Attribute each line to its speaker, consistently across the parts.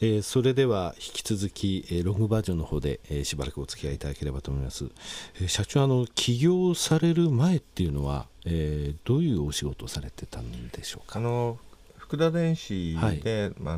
Speaker 1: それでは引き続き、ロングバージョンの方で、しばらくお付き合いいただければと思います。社長、起業される前っていうのは、どういうお仕事をされてたんでしょうか。
Speaker 2: 福田電子で、
Speaker 1: はい、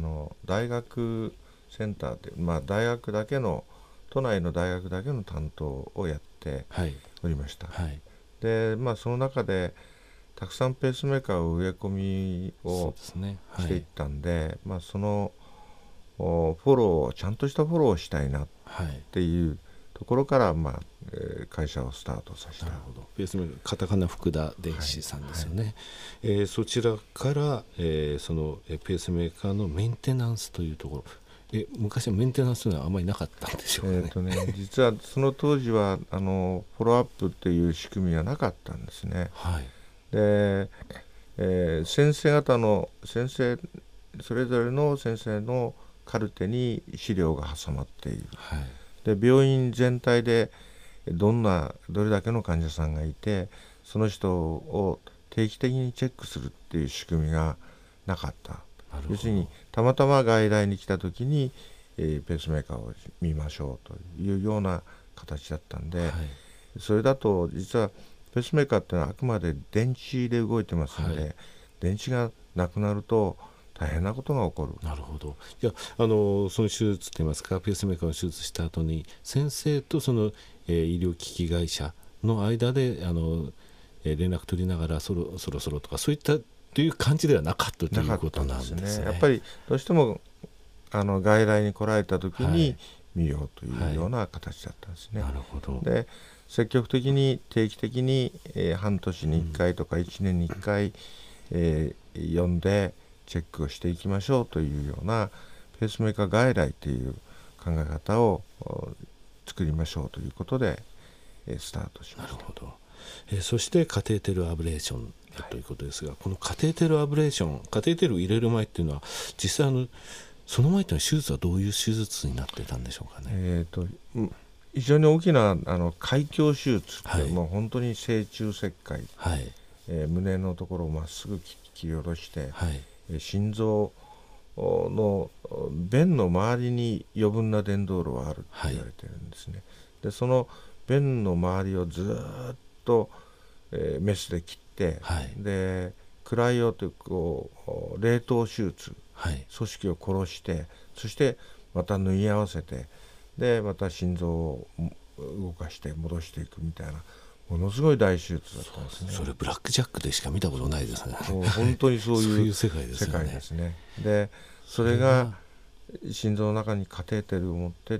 Speaker 2: 大学センターで、大学だけの都内の大学だけの担当をやっておりました。
Speaker 1: はい、
Speaker 2: で、その中でたくさんペースメーカーを植え込みをしていったんで、そのフォロー、ちゃんとしたフォローをしたいなっていうところから、会社をスタートさせた。
Speaker 1: なるほど。ペースメーカー、カタカナ福田電子さんですよね。そちらから、そのペースメーカーのメンテナンスというところ、昔はメンテナンスというのはあまりなかったんでしょうかね。
Speaker 2: 実はその当時はフォローアップっていう仕組みはなかったんですね。
Speaker 1: はい、
Speaker 2: で、先生方のそれぞれの先生のカルテに資料が挟まっている。
Speaker 1: はい、
Speaker 2: で、病院全体でどれだけの患者さんがいて、その人を定期的にチェックするっていう仕組みがなかった。要するにたまたま外来に来た時に、ペースメーカーを見ましょうというような形だったんで、それだと実はペースメーカーってのはあくまで電池で動いてますので、電池がなくなると大変なことが起こる。
Speaker 1: なるほど。じゃあ、その手術といいますか、ペースメーカーの手術した後に先生とその、医療機器会社の間で連絡取りながらそろそろとか、そういったという感じではなかったということなんですね。
Speaker 2: やっぱりどうしても外来に来られた時に見ようというような形だったんですね。
Speaker 1: なるほど。
Speaker 2: で、積極的に定期的に、半年に1回とか1年に1回、呼んでチェックをしていきましょうというようなペースメーカー外来という考え方を作りましょうということで、スタートしました。
Speaker 1: なるほど。そしてカテーテルアブレーションということですが、このカテーテルアブレーション、カテーテルを入れる前っていうのは実際その前っていうのは手術はどういう手術になってたんでしょうかね。
Speaker 2: 非常に大きな開胸手術って、もう本当に正中切開、胸のところをまっすぐ切り下ろして、心臓の弁の周りに余分な伝導路があるって言われてるんですね。で、その弁の周りをずっと、メスで切って、でクライオという冷凍手術、組織を殺して、そしてまた縫い合わせて、でまた心臓を動かして戻していくみたいな、ものすごい大手術だったんですね。
Speaker 1: それブラックジャックでしか見たことないですね。
Speaker 2: 本当にそういう
Speaker 1: 世界ですね。
Speaker 2: でそれが心臓の中にカテーテルを持ってって、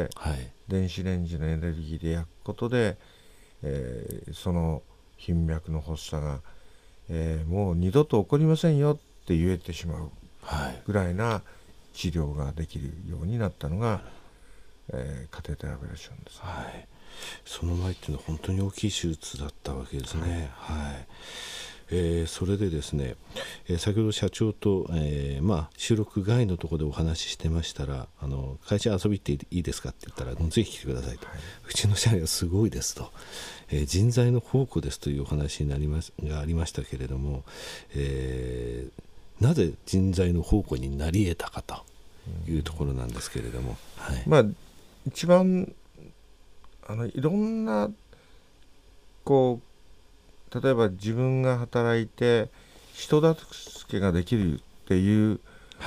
Speaker 2: 電子レンジのエネルギーで焼くことで、その頻脈の発作が、もう二度と起こりませんよって言えてしまうぐらいな治療ができるようになったのが、カテーテルアブレーションですね。
Speaker 1: その前っていうのは本当に大きい手術だったわけですね。それでですね、先ほど社長と、収録外のところでお話ししてましたら、会社遊び行っていいですかって言ったら、ぜひ来てくださいと、うちの社員はすごいですと、人材の宝庫ですというお話がありましたけれども、なぜ人材の宝庫になり得たかというところなんですけれども、
Speaker 2: 一番いろんな例えば自分が働いて人助けができるっていう、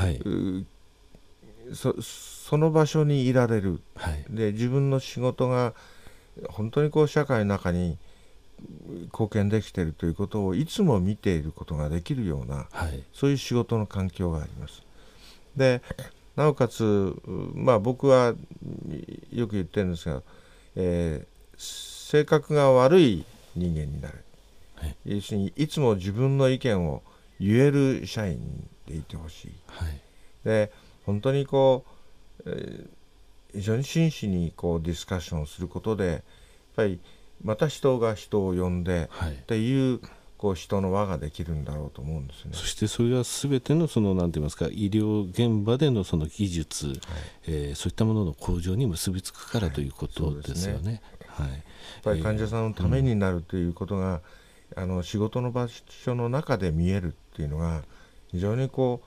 Speaker 2: その場所にいられる、で自分の仕事が本当に社会の中に貢献できているということをいつも見ていることができるような、そういう仕事の環境があります。でなおかつ、僕はよく言ってるんですが、性格が悪い人間になる、要するにいつも自分の意見を言える社員でいてほしい、で本当に非常に真摯にディスカッションをすることで、やっぱりまた人が人を呼んでっていう、人の輪ができるんだろうと思うんですね。
Speaker 1: そしてそれは全てのなんて言いますか、医療現場でのその技術、そういったものの向上に結びつくからということですよね。
Speaker 2: やっぱり患者さんのためになるということが、仕事の場所の中で見えるっていうのが非常に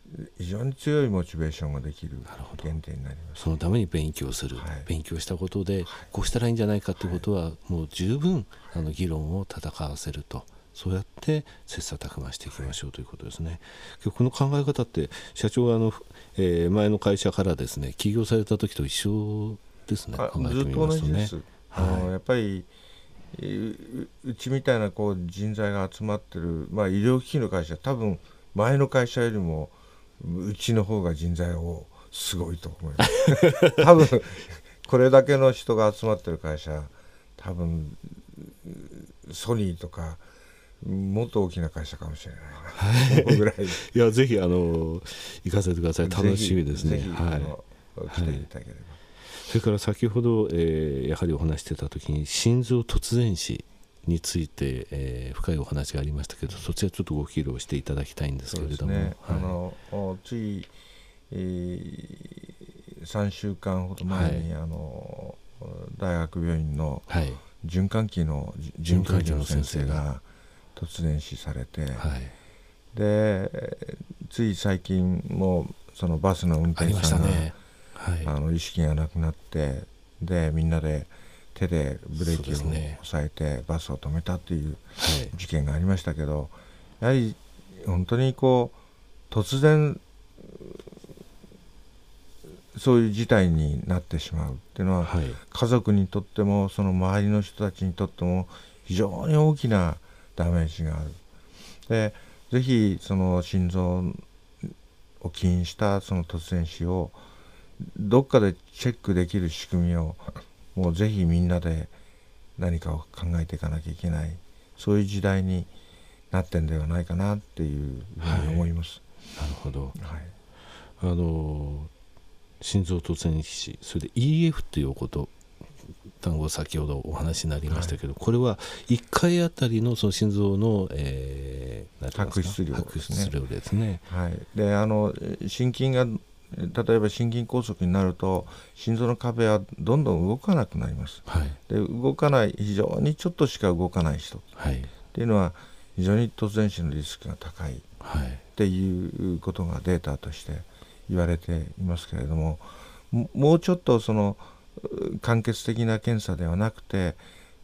Speaker 2: 非常に強いモチベーションができる原点になります。
Speaker 1: そのために勉強する、勉強したことでこうしたらいいんじゃないかということは、もう十分議論を戦わせると、そうやって切磋琢磨していきましょうということですね。この考え方って社長が前の会社からですね起業された時と一緒ですね。考えてみますとね。
Speaker 2: ずっと同じです。やっぱりうちみたいな人材が集まってる、医療機器の会社、多分前の会社よりもうちの方が人材をすごいと思います多分これだけの人が集まってる会社、多分ソニーとかもっと大きな会社かもしれないなぐらい
Speaker 1: いや、ぜひ行かせてください。楽しみですね。
Speaker 2: ぜひ来ていただければ。
Speaker 1: それから先ほど、やはりお話してた時に心臓突然死について、深いお話がありましたけど、そちらちょっとご披露していただきたいんですけれども。
Speaker 2: はい、つい、3週間ほど前に、大学病院の循環器の准教授の先生が突然死されて、でつい最近もそのバスの運転手さんが、意識がなくなって、でみんなで手でブレーキを押さえてバスを止めたっていう事件がありましたけど、やはり本当に突然そういう事態になってしまうっていうのは、家族にとってもその周りの人たちにとっても非常に大きなダメージがある。でぜひその心臓を起因したその突然死をどっかでチェックできる仕組みをもうぜひみんなで何かを考えていかなきゃいけない、そういう時代になってんではないかなっていうふうに思います。
Speaker 1: なるほど。心臓突然死、それで EF という単語先ほどお話になりましたけど、これは1回あたりのその心臓の、
Speaker 2: 拍出量
Speaker 1: ですね。
Speaker 2: で心筋が例えば心筋梗塞になると心臓の壁はどんどん動かなくなります。で動かない、非常にちょっとしか動かない人っていうのは非常に突然死のリスクが高いっていうことがデータとして言われていますけれども、もうちょっとその間欠的な検査ではなくて、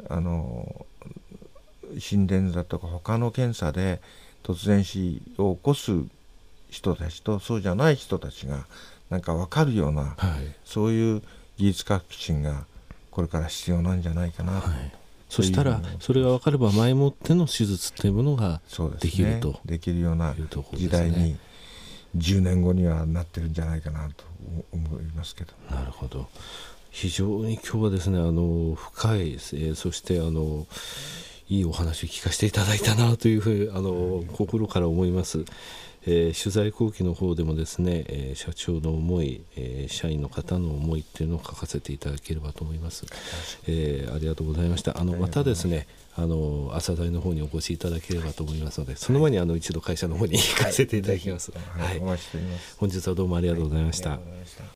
Speaker 2: 心電図だとか他の検査で突然死を起こす人たちとそうじゃない人たちがなんか分かるような、そういう技術革新がこれから必要なんじゃないかなと。
Speaker 1: そしたらそれが分かれば前もっての手術というものができると、
Speaker 2: できるような時代に10年後にはなってるんじゃないかなと思いますけど。
Speaker 1: なるほど。非常に今日はですね深い、そしていいお話を聞かせていただいたなというふう心から思います。取材後期の方でもですね、社長の思い、社員の方の思いっていうのを書かせていただければと思います。ありがとうございました。またですね朝台の方にお越しいただければと思いますので、その前に一度会社の方に行かせていただきます。
Speaker 2: お待ちしております。
Speaker 1: 本日はどうもありがとうございました。